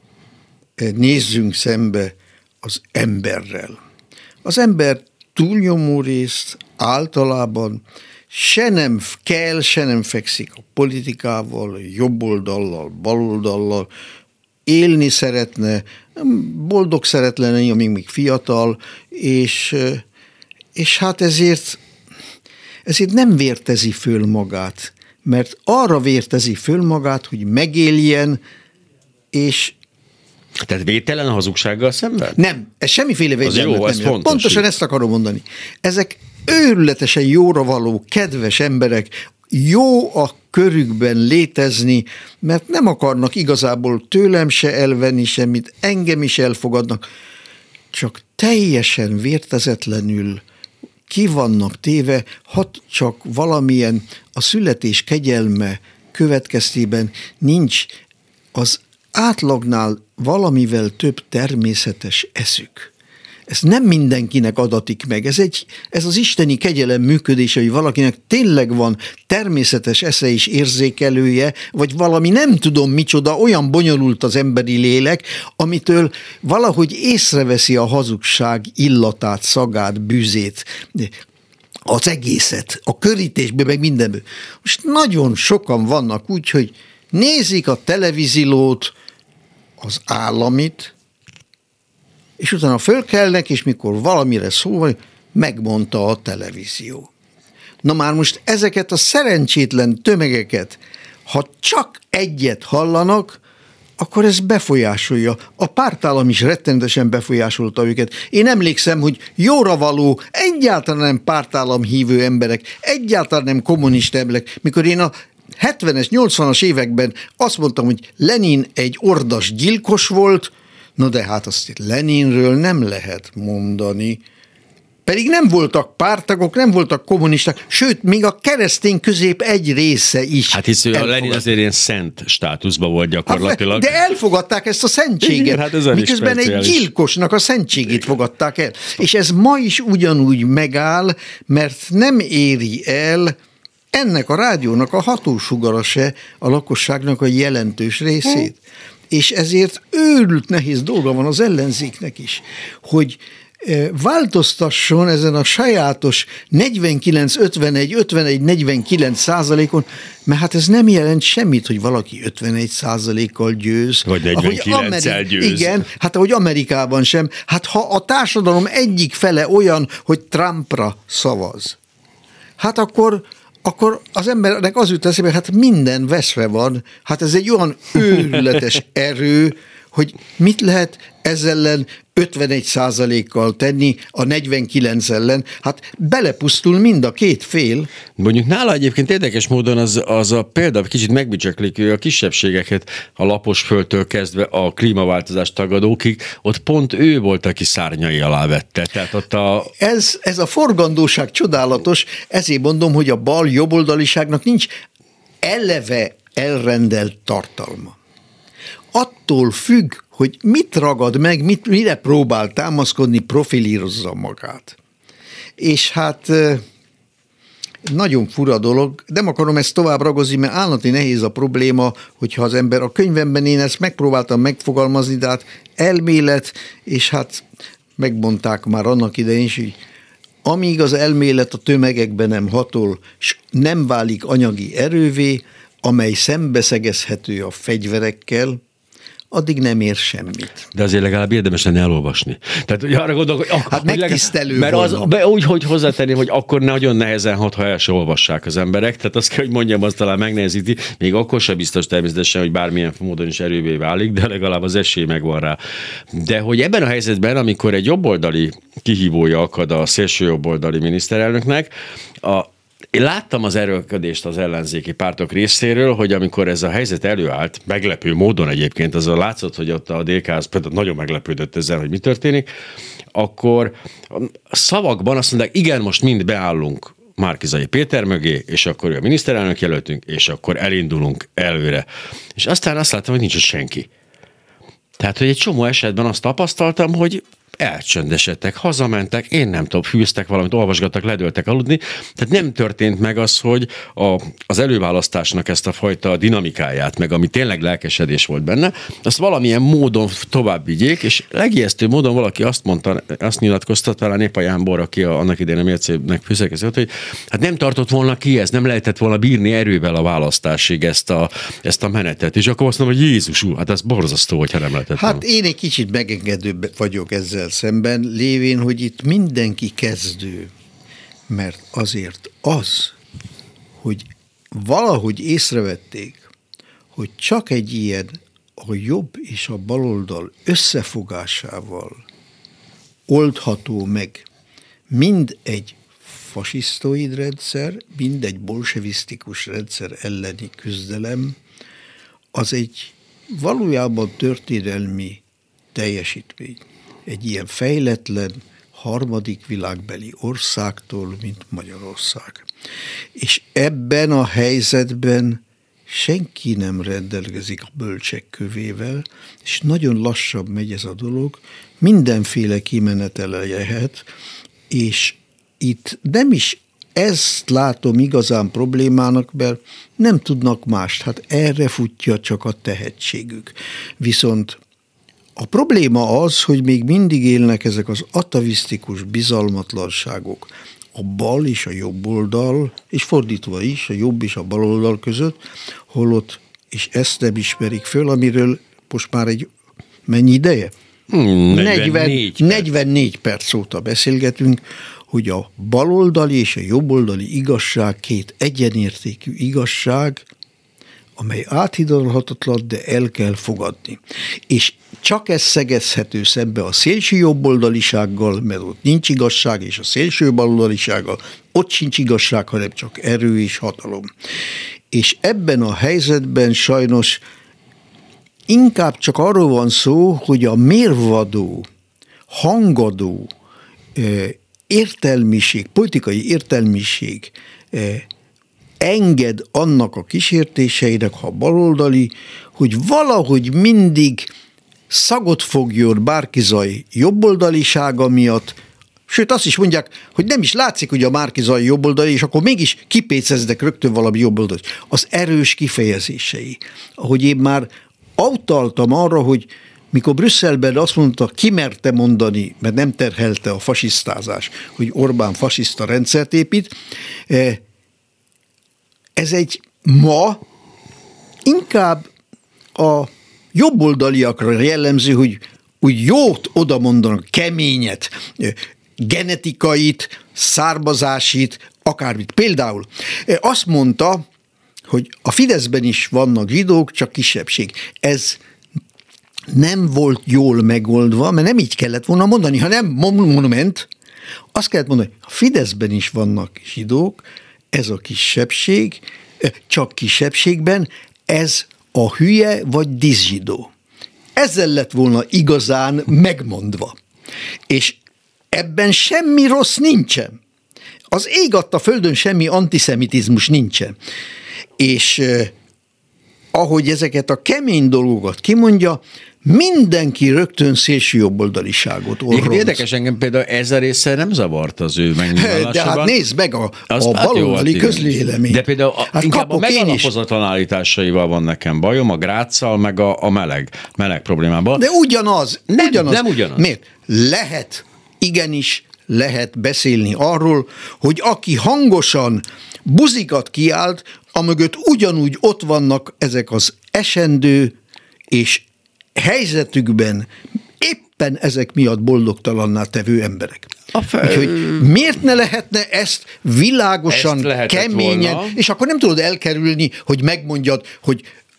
nézzünk szembe az emberrel. Az ember túlnyomó részt általában se nem kell, se nem fekszik a politikával, jobboldallal, baloldallal, élni szeretne, boldog szeret lenni, amíg még fiatal, és, és hát ezért, ezért nem vértezi föl magát, mert arra vértezi föl magát, hogy megéljen, és tehát védtelen a hazugsággal szemben? Nem, ez semmiféle védelmet nem fontos, Pontosan így. Ezt akarom mondani. Ezek őrületesen jóra való, kedves emberek, jó a körükben létezni, mert nem akarnak igazából tőlem se elvenni semmit, engem is elfogadnak, csak teljesen vértezetlenül ki vannak téve, hat csak valamilyen a születés kegyelme következtében nincs az átlagnál valamivel több természetes eszük. Ez nem mindenkinek adatik meg. Ez, egy, ez az isteni kegyelem működése, hogy valakinek tényleg van természetes esze és érzékelője, vagy valami nem tudom micsoda, olyan bonyolult az emberi lélek, amitől valahogy észreveszi a hazugság illatát, szagát, bűzét, az egészet, a körítésből, meg mindenből. Most nagyon sokan vannak úgy, hogy nézik a televíziót, az államit, és utána fölkelnek, és mikor valamire szó van, megmondta a televízió. Na már most ezeket a szerencsétlen tömegeket, ha csak egyet hallanak, akkor ez befolyásolja. A pártállam is rettenetesen befolyásolta őket. Én emlékszem, hogy jóra való, egyáltalán nem pártállam hívő emberek, egyáltalán nem kommunista emberek, mikor én a hetvenes, nyolcvanas években azt mondtam, hogy Lenin egy ordas gyilkos volt, no de hát azt itt Leninről nem lehet mondani. Pedig nem voltak pártagok, nem voltak kommunisták, sőt, még a keresztény közép egy része is. Hát hisz a Lenin azért ilyen szent státuszban volt gyakorlatilag. Hát, de elfogadták ezt a szentséget, igen, hát miközben egy gyilkosnak a szentségét fogadták el. És ez ma is ugyanúgy megáll, mert nem éri el ennek a rádiónak a hatósugara se a lakosságnak a jelentős részét. És ezért őrült nehéz dolga van az ellenzéknek is, hogy változtasson ezen a sajátos negyvenkilenc ötvenegy, ötvenegy negyvenkilenc százalékon, mert hát ez nem jelent semmit, hogy valaki ötvenegy százalékkal győz. Vagy negyvenkilenccel győz. Igen, hát ahogy Amerikában sem. Hát ha a társadalom egyik fele olyan, hogy Trumpra szavaz, hát akkor akkor az embernek az jut eszébe, hát minden veszve van, hát ez egy olyan őrületes erő, hogy mit lehet ezzel ellen ötvenegy százalékkal tenni a negyvenkilenc ellen, hát belepusztul mind a két fél. Mondjuk nála egyébként érdekes módon az, az a példa, kicsit megbicsaklik a kisebbségeket, a Laposföldtől kezdve a klímaváltozás tagadókig, ott pont ő volt, aki szárnyai alá vette. Tehát ott a... ez, ez a forgandóság csodálatos, ezért mondom, hogy a bal jobboldaliságnak nincs eleve elrendelt tartalma. Attól függ, hogy mit ragad meg, mit, mire próbál támaszkodni, profilírozza magát. És hát nagyon fura dolog, nem akarom ezt tovább ragozni, mert állati nehéz a probléma, hogyha az ember a könyvemben én ezt megpróbáltam megfogalmazni, de hát elmélet, és hát megmondták már annak idején is, hogy amíg az elmélet a tömegekben nem hatol, és nem válik anyagi erővé, amely szembeszegezhető a fegyverekkel, addig nem ér semmit. De azért legalább érdemes lenne elolvasni. Tehát hogy arra gondolok, hogy hát megtisztelő mert az, úgy, hogy hozzátenném, hogy akkor nagyon nehezen hat, ha el se olvassák az emberek. Tehát azt kell, hogy mondjam, az talán megnehezíti. Még akkor sem biztos természetesen, hogy bármilyen módon is erővé válik, de legalább az esély megvan rá. De hogy ebben a helyzetben, amikor egy jobboldali kihívója akad a szélső jobboldali miniszterelnöknek, a én láttam az erőlködést az ellenzéki pártok részéről, hogy amikor ez a helyzet előállt, meglepő módon egyébként, az a látszott, hogy ott a dé ká az például nagyon meglepődött ezzel, hogy mi történik, akkor szavakban azt mondták, igen, most mind beállunk Márki-Zay Péter mögé, és akkor ő a miniszterelnök jelöltünk, és akkor elindulunk előre. És aztán azt láttam, hogy nincs ott senki. Tehát, hogy egy csomó esetben azt tapasztaltam, hogy elcsöndesedtek, hazamentek, én nem tudom, fűztek valamit, olvasgattak, ledöltek aludni. Tehát nem történt meg az, hogy a, az előválasztásnak ezt a fajta dinamikáját, meg ami tényleg lelkesedés volt benne, azt valamilyen módon tovább vigyék, és legijesztő módon valaki azt mondta, azt nyilatkozta, talán épp a Jánbor, aki a, annak idején a Mércének főszerkesztő, hogy hát nem tartott volna ki ez, nem lehetett volna bírni erővel a választásig ezt a, ezt a menetet. És akkor azt mondom, hogy Jézus úr, hát ez borzasztó, hogyha nem lehetett Hát volna. Én egy kicsit megengedőbb vagyok ezzel szemben, lévén, hogy itt mindenki kezdő, mert azért az, hogy valahogy észrevették, hogy csak egy ilyen a jobb és a baloldal összefogásával oldható meg mind egy fasisztoid rendszer, mind egy bolsevisztikus rendszer elleni küzdelem, az egy valójában történelmi teljesítmény. Egy ilyen fejletlen harmadik világbeli országtól, mint Magyarország. És ebben a helyzetben senki nem rendelkezik a bölcsek kövével, és nagyon lassabb megy ez a dolog, mindenféle kimenetele lehet, és itt nem is ezt látom igazán problémának, mert nem tudnak mást, hát erre futja csak a tehetségük. Viszont a probléma az, hogy még mindig élnek ezek az atavisztikus bizalmatlanságok a bal és a jobb oldal, és fordítva is, a jobb és a bal oldal között, holott, és ezt nem ismerik föl, amiről most már egy mennyi ideje? Hmm, negyvennégy, negyvennégy perc óta beszélgetünk, hogy a baloldali és a jobboldali igazság két egyenértékű igazság, amely áthidalhatatlan, de el kell fogadni. És csak ez szegezhető szembe a szélső jobboldalisággal, mert ott nincs igazság, és a szélső baloldalisággal ott sincs igazság, hanem csak erő és hatalom. És ebben a helyzetben sajnos inkább csak arról van szó, hogy a mérvadó, hangadó értelmiség, politikai értelmiség enged annak a kísértéseinek, ha baloldali, hogy valahogy mindig szagot fogjon Márki-Zay jobboldalisága miatt, sőt azt is mondják, hogy nem is látszik, hogy a Márki-Zay jobboldali, és akkor mégis kipéceznek rögtön valami jobboldali. Az erős kifejezései. Ahogy én már utaltam arra, hogy mikor Brüsszelben azt mondta, kimerte mondani, mert nem terhelte a fasisztázás, hogy Orbán fasiszta rendszert épít, ez egy ma inkább a jobboldaliakra jellemző, hogy úgy jót oda mondanak, keményet, genetikait, származásit, akármit. Például azt mondta, hogy a Fideszben is vannak zsidók, csak kisebbség. Ez nem volt jól megoldva, mert nem így kellett volna mondani, hanem monument, azt kellett mondani, a Fideszben is vannak zsidók, ez a kisebbség, csak kisebbségben, ez a hülye vagy diszzsidó. Ezzel lett volna igazán megmondva. És ebben semmi rossz nincsen. Az ég adta földön semmi antiszemitizmus nincsen. És eh, ahogy ezeket a kemény dolgokat kimondja, mindenki rögtön szélső jobboldaliságot orronc. Érdekes, engem például ez a része nem zavart az ő megnyilvánulásában. De hát nézd meg a, az, a hát baloldali jó, közvélemény. De például a, hát inkább a megalapozatlan is. állításaival van nekem bajom, a Gráccal, meg a, a meleg, meleg problémával. De ugyanaz. Nem, ugyanaz. nem ugyanaz. Miért? Lehet, igenis lehet beszélni arról, hogy aki hangosan buzikat kiált, amögött ugyanúgy ott vannak ezek az esendő és helyzetükben éppen ezek miatt boldogtalanná tevő emberek. Fel... Úgyhogy miért ne lehetne ezt világosan, ezt keményen, volna. És akkor nem tudod elkerülni, hogy megmondjad, hogy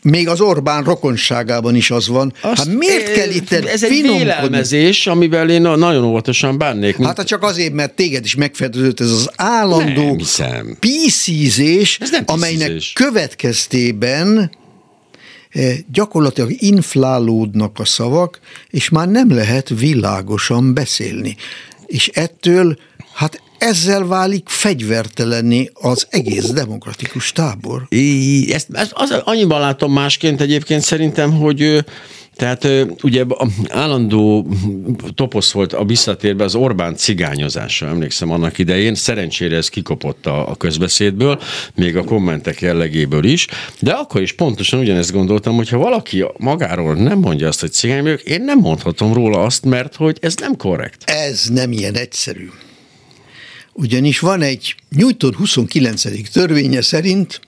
még az Orbán rokonságában is az van. Azt, hát miért kell itt ez egy vélelmezés, amivel én nagyon óvatosan bánnék. Hát mint... csak azért, mert téged is megfertőzött ez az állandó piszízés, amelynek következtében gyakorlatilag inflálódnak a szavak, és már nem lehet világosan beszélni. És ettől, hát ezzel válik fegyvertelenné az egész demokratikus tábor. É, ezt, ezt az, annyiban látom másként egyébként szerintem, hogy tehát ugye állandó toposz volt a visszatérbe az Orbán cigányozása, emlékszem annak idején, szerencsére ez kikopott a, a közbeszédből, még a kommentek jellegéből is, de akkor is pontosan ugyanezt gondoltam, hogy ha valaki magáról nem mondja azt, hogy cigány vagyok, én nem mondhatom róla azt, mert hogy ez nem korrekt. Ez nem ilyen egyszerű. Ugyanis van egy Newton huszonkilencedik törvénye szerint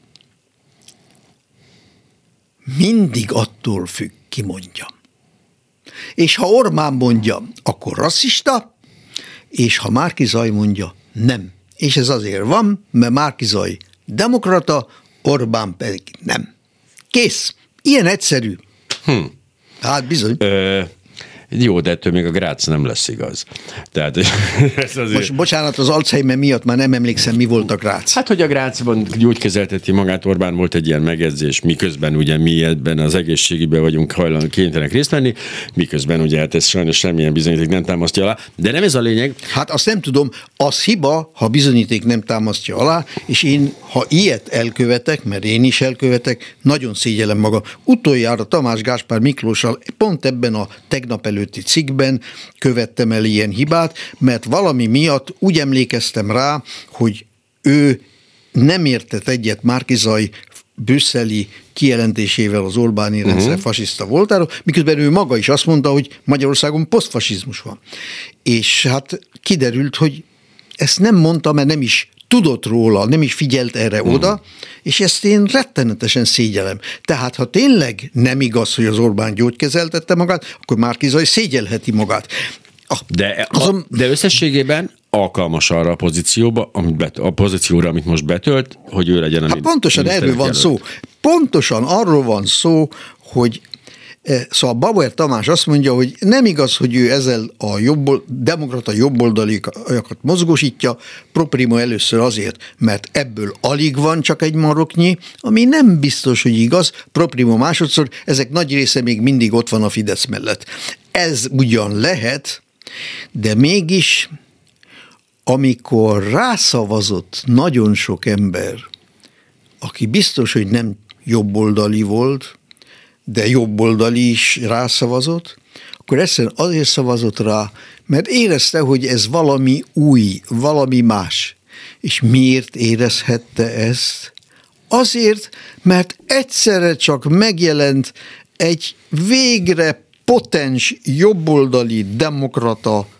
mindig attól függ, ki mondja. És ha Orbán mondja, akkor rasszista, és ha Márki-Zay mondja, nem. És ez azért van, mert Márki-Zay demokrata, Orbán pedig nem. Kész. Ilyen egyszerű. Hm. Hát bizony. Ö... Jó, de ettől még a Grác nem lesz igaz. Tehát, ez azért... Most bocsánat, az Alzheimer miatt már nem emlékszem, mi volt a Grác. Hát, hogy a Grácban gyógykezelteti magát, Orbán volt egy ilyen megjegyzés, miközben ugye mi ebben az egészségügyben vagyunk hajlandók kénytelenek részt venni, miközben ugye hát ez sajnos semmilyen bizonyíték nem támasztja alá, de nem ez a lényeg. Hát azt nem tudom, az hiba, ha bizonyíték nem támasztja alá, és én, ha ilyet elkövetek, mert én is elkövetek, nagyon szégyellem magam. Utoljára Tamás Gáspár Miklóssal pont ebben a tegnap előtti cikkben követtem el ilyen hibát, mert valami miatt úgy emlékeztem rá, hogy ő nem értett egyet Márki-Zay brüsszeli kijelentésével az Orbáni rendszer uh-huh. fasiszta voltáról, miközben ő maga is azt mondta, hogy Magyarországon posztfasizmus van. És hát kiderült, hogy ezt nem mondta, mert nem is tudott róla, nem is figyelt erre uh-huh. oda, és ezt én rettenetesen szégyellem. Tehát, ha tényleg nem igaz, hogy az Orbán gyógykezeltette magát, akkor Márki-Zay szégyelheti magát. Ah, de, azon... de összességében alkalmas arra a pozícióba, amit bet, a pozícióra, amit most betölt, hogy ő legyen a hát pontosan erről van szó. Pontosan arról van szó, hogy szóval Bauer Tamás azt mondja, hogy nem igaz, hogy ő ezzel a jobb, demokrata jobboldaliakat mozgósítja, pro primo először azért, mert ebből alig van csak egy maroknyi, ami nem biztos, hogy igaz, pro primo másodszor, ezek nagy része még mindig ott van a Fidesz mellett. Ez ugyan lehet, de mégis, amikor rászavazott nagyon sok ember, aki biztos, hogy nem jobboldali volt, de jobboldali is rászavazott, akkor egyszerűen azért szavazott rá, mert érezte, hogy ez valami új, valami más. És miért érezhette ezt? Azért, mert egyszerre csak megjelent egy végre potens jobboldali demokrata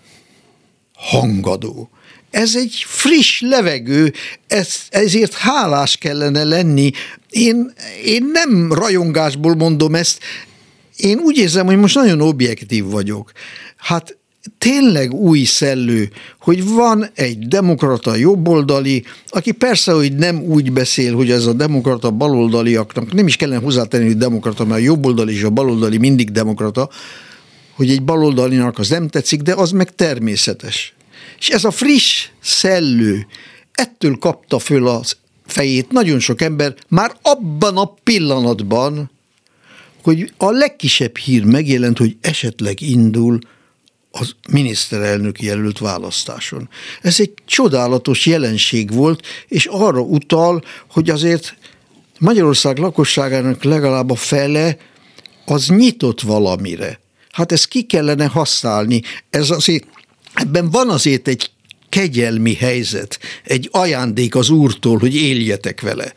hangadó. Ez egy friss levegő, ez, ezért hálás kellene lenni. Én, én nem rajongásból mondom ezt, én úgy érzem, hogy most nagyon objektív vagyok. Hát tényleg új szellő, hogy van egy demokrata jobboldali, aki persze, hogy nem úgy beszél, hogy ez a demokrata baloldaliaknak, nem is kellene hozzátenni, hogy demokrata, mert a jobboldali és a baloldali mindig demokrata, hogy egy baloldalinak az nem tetszik, de az meg természetes. És ez a friss szellő, ettől kapta föl a fejét nagyon sok ember már abban a pillanatban, hogy a legkisebb hír megjelent, hogy esetleg indul az miniszterelnök jelölt választáson. Ez egy csodálatos jelenség volt, és arra utal, hogy azért Magyarország lakosságának legalább a fele az nyitott valamire. Hát ezt ki kellene használni. Ez azért, ebben van azért egy kegyelmi helyzet, egy ajándék az Úrtól, hogy éljetek vele.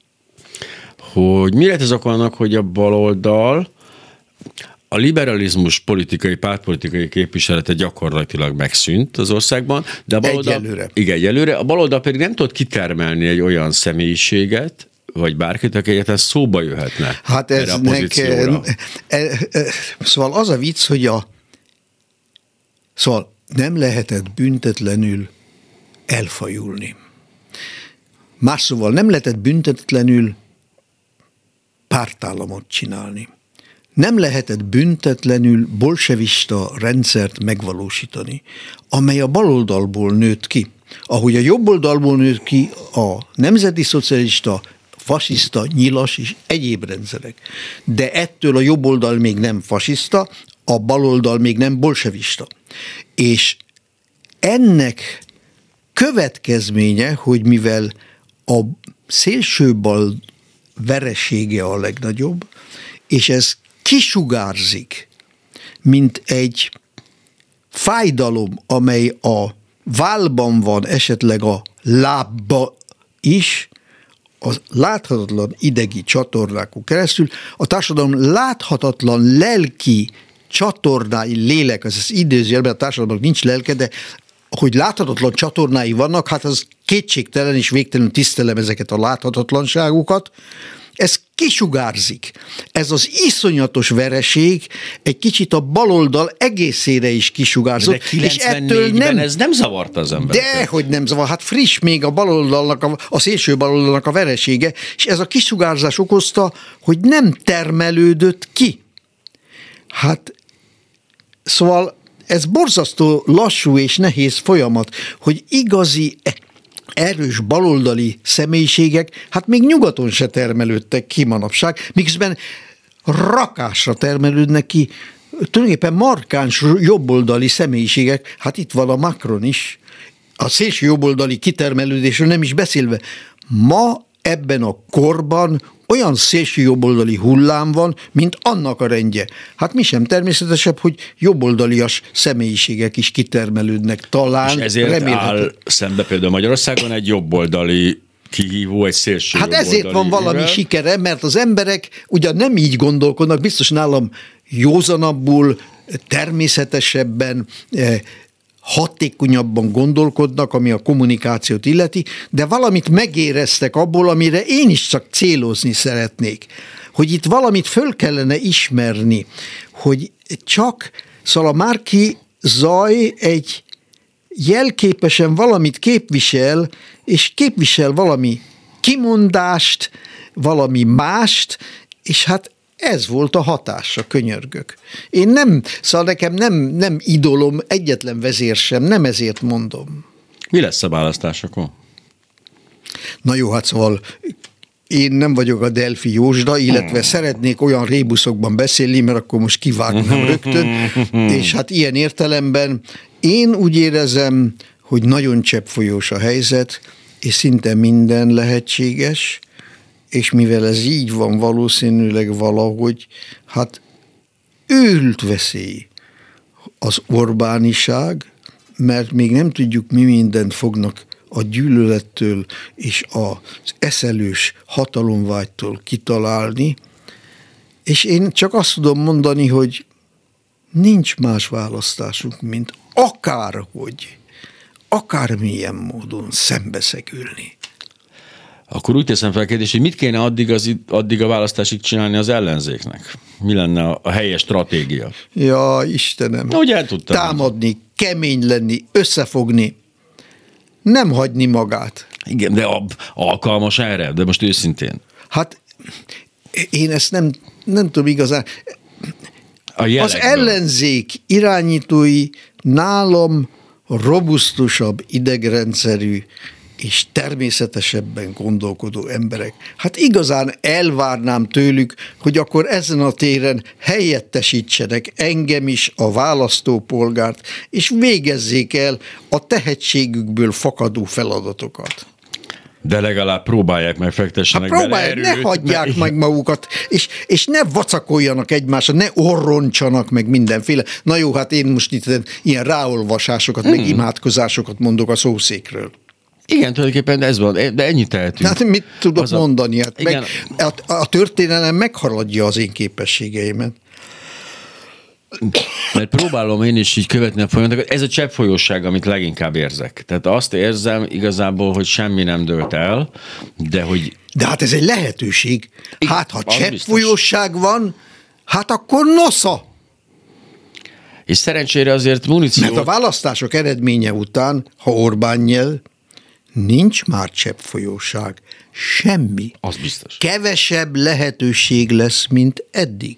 Hogy mi lehet ez akkor annak, hogy a baloldal a liberalizmus politikai, pártpolitikai képviselete gyakorlatilag megszűnt az országban, de a baloldal, egyelőre. Igen, egyelőre. A baloldal pedig nem tud kitermelni egy olyan személyiséget, vagy bárkit, aki egyáltalán szóba jöhetne hát erre a pozícióra. E, e, e, szóval az a vicc, hogy a szóval nem lehetett büntetlenül elfajulni. Más szóval nem lehetett büntetlenül pártállamot csinálni. Nem lehetett büntetlenül bolsevista rendszert megvalósítani, amely a baloldalból nőtt ki. Ahogy a jobboldalból nőtt ki a nemzeti szocialista, fasiszta, nyilas és egyéb rendszerek. De ettől a jobboldal még nem fasiszta, a baloldal még nem bolsevista. És ennek következménye, hogy mivel a szélsőbal veresége a legnagyobb, és ez kisugárzik, mint egy fájdalom, amely a vállban van, esetleg a lábba is, a láthatatlan idegi csatornákon keresztül, a társadalom láthatatlan lelki csatornái, lélek, az az idézőjelben, a társadalomnak nincs lelke, de hogy láthatatlan csatornái vannak, hát az kétségtelen és végtelenül tisztelem ezeket a láthatatlanságokat, ez kisugárzik. Ez az iszonyatos vereség egy kicsit a baloldal egészére is kisugárzott. De kilencvennégyben nem, ez nem zavarta az embereket. De, hogy nem zavar. Hát friss még a baloldalnak, a, a szélső baloldalnak a veresége, és ez a kisugárzás okozta, hogy nem termelődött ki. Hát, szóval ez borzasztó lassú és nehéz folyamat, hogy igazi erős baloldali személyiségek, hát még nyugaton se termelődtek ki manapság, miközben rakásra termelődnek ki tulajdonképpen markáns jobboldali személyiségek, hát itt van a Macron is, a szélső jobboldali kitermelődésről nem is beszélve. Ma ebben a korban olyan szélső jobboldali hullám van, mint annak a rendje. Hát mi sem természetesebb, hogy jobboldalias személyiségek is kitermelődnek talán. És ezért remélhető. Áll szembe például Magyarországon egy jobboldali kihívó, egy szélső Hát ezért van valami ével. Sikere, mert az emberek ugyan nem így gondolkodnak, biztos nálam józanabbul, természetesebben, hatékonyabban gondolkodnak, ami a kommunikációt illeti, de valamit megéreztek abból, amire én is csak célozni szeretnék. Hogy itt valamit föl kellene ismerni, hogy csak, szóval a márki zaj egy jelképesen valamit képvisel, és képvisel valami kimondást, valami mást, és hát ez volt a hatása, könyörgök. Én nem, szóval nekem nem, nem idolom egyetlen vezér sem, nem ezért mondom. Mi lesz a választásokon? Na jó, hát szóval én nem vagyok a Delfi Józsda, illetve hmm. szeretnék olyan rébuszokban beszélni, mert akkor most kivágnám rögtön, és hát ilyen értelemben én úgy érezem, hogy nagyon cseppfolyós a helyzet, és szinte minden lehetséges, és mivel ez így van, valószínűleg valahogy, hát őrült veszély az Orbániság, mert még nem tudjuk, mi mindent fognak a gyűlölettől és az eszelős hatalomvágytól kitalálni, és én csak azt tudom mondani, hogy nincs más választásunk, mint akárhogy, akármilyen módon szembeszegülni. Akkor úgy teszem fel a kérdést, hogy mit kéne addig, az, addig a választásig csinálni az ellenzéknek? Mi lenne a, a helyes stratégia? Ja, Istenem. Na, ugye eltudtam. Támadni, kemény lenni, összefogni, nem hagyni magát. Igen, de a, alkalmas erre, de most őszintén. Hát én ezt nem, nem tudom igazán. Az ellenzék irányítói nálam robusztusabb idegrendszerű és természetesebben gondolkodó emberek. Hát igazán elvárnám tőlük, hogy akkor ezen a téren helyettesítsenek engem is, a választópolgárt, és végezzék el a tehetségükből fakadó feladatokat. De legalább próbálják meg, fektessenek hát próbálják, bele erőt. Ne hagyják ne... meg magukat, és, és ne vacakoljanak egymásra, ne orroncsanak meg mindenféle. Na jó, hát én most itt ilyen ráolvasásokat, hmm. meg imádkozásokat mondok a szószékről. Igen, tulajdonképpen ez van, de ennyit tehetünk. Hát mit tudok az mondani? Hát meg, a, a történelem meghaladja az én képességeimet. Mert próbálom én is így követni a folyamatokat. Ez a cseppfolyósság, amit leginkább érzek. Tehát azt érzem igazából, hogy semmi nem dőlt el, de hogy... De hát ez egy lehetőség. Hát ha cseppfolyósság van, hát akkor nosza. És szerencsére azért muníció... Mert a választások eredménye után, ha Orbán nyel, nincs már cseppfolyóság. Semmi. Az biztos. Kevesebb lehetőség lesz, mint eddig.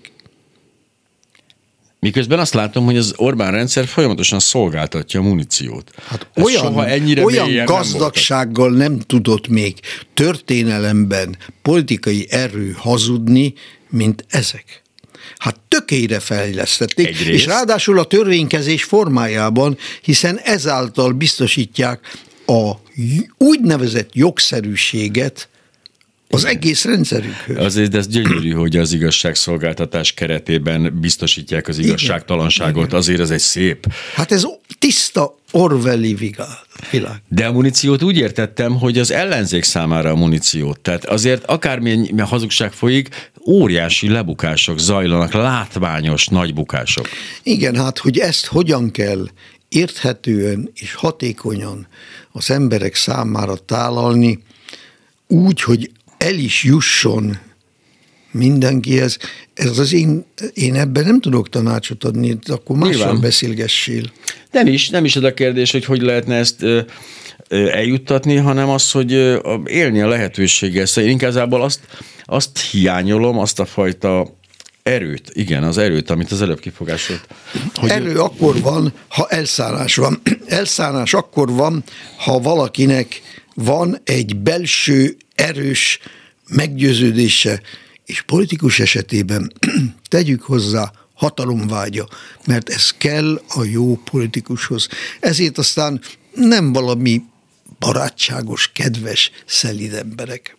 Miközben azt látom, hogy az Orbán rendszer folyamatosan szolgáltatja a muníciót. Hát olyan, olyan gazdagsággal nem, nem tudott még történelemben politikai erő hazudni, mint ezek. Hát tökére fejlesztették, Egyrészt. És ráadásul a törvénykezés formájában, hiszen ezáltal biztosítják a úgynevezett jogszerűséget az egész rendszerükhöz. Azért, de ez gyönyörű, hogy az igazságszolgáltatás keretében biztosítják az igazságtalanságot. Igen. Azért ez egy szép. Hát ez tiszta Orwelli világ. De a muníciót úgy értettem, hogy az ellenzék számára a muníciót. Tehát azért akármilyen hazugság folyik, óriási lebukások zajlanak, látványos nagy bukások. Igen, hát hogy ezt hogyan kell érthetően és hatékonyan az emberek számára tálalni, úgy, hogy el is jusson mindenkihez. Ez az én, én ebben nem tudok tanácsot adni, akkor mással beszélgessél. Nem is, nem is az a kérdés, hogy hogy lehetne ezt ö, ö, eljuttatni, hanem az, hogy ö, élni a lehetőséggel. Szóval én inkább azt, azt hiányolom, azt a fajta erőt, igen, az erőt, amit az előbb kifogásolt. Hogy erő akkor van, ha elszállás van. Elszállás akkor van, ha valakinek van egy belső, erős meggyőződése, és politikus esetében tegyük hozzá hatalomvágya, mert ez kell a jó politikushoz. Ezért aztán nem valami barátságos, kedves, szelíd emberek.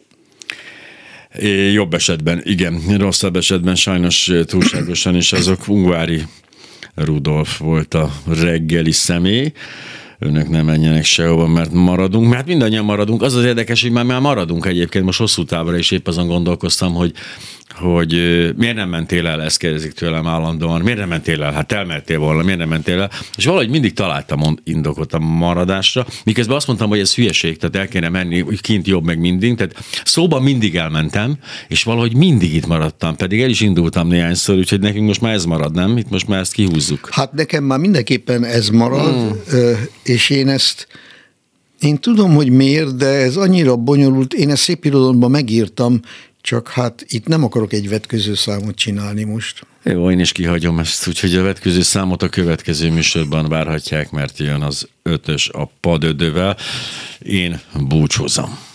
Jobb esetben, igen, rosszabb esetben sajnos túlságosan is azok. Ungvári Rudolf volt a reggeli személy. Önök nem menjenek sehova, mert maradunk. Mert mindannyian maradunk. Az az érdekes, hogy már, már maradunk egyébként. Most hosszú távra is épp azon gondolkoztam, hogy, hogy miért nem mentél el, ezt kérdezik tőlem állandóan. Miért nem mentél el? Hát elmertél volna, miért nem mentél el? És valahogy mindig találtam indokot a maradásra, miközben azt mondtam, hogy ez hülyeség, tehát el kéne menni, hogy kint jobb meg mindig. Tehát szóban mindig elmentem, és valahogy mindig itt maradtam, pedig el is indultam néhányszor, úgyhogy nekünk most már ez marad, nem? Itt most már ezt kihúzzuk. Hát nekem már mindenképpen ez marad, hmm. és én ezt, én tudom, hogy miért, de ez annyira bonyolult, én ezt szép irodalomban megírtam, csak hát itt nem akarok egy vetköző számot csinálni most. Jó, én is kihagyom ezt, úgyhogy a vetköző számot a következő műsorban várhatják, mert jön az ötös a padödővel. Én búcsúzom.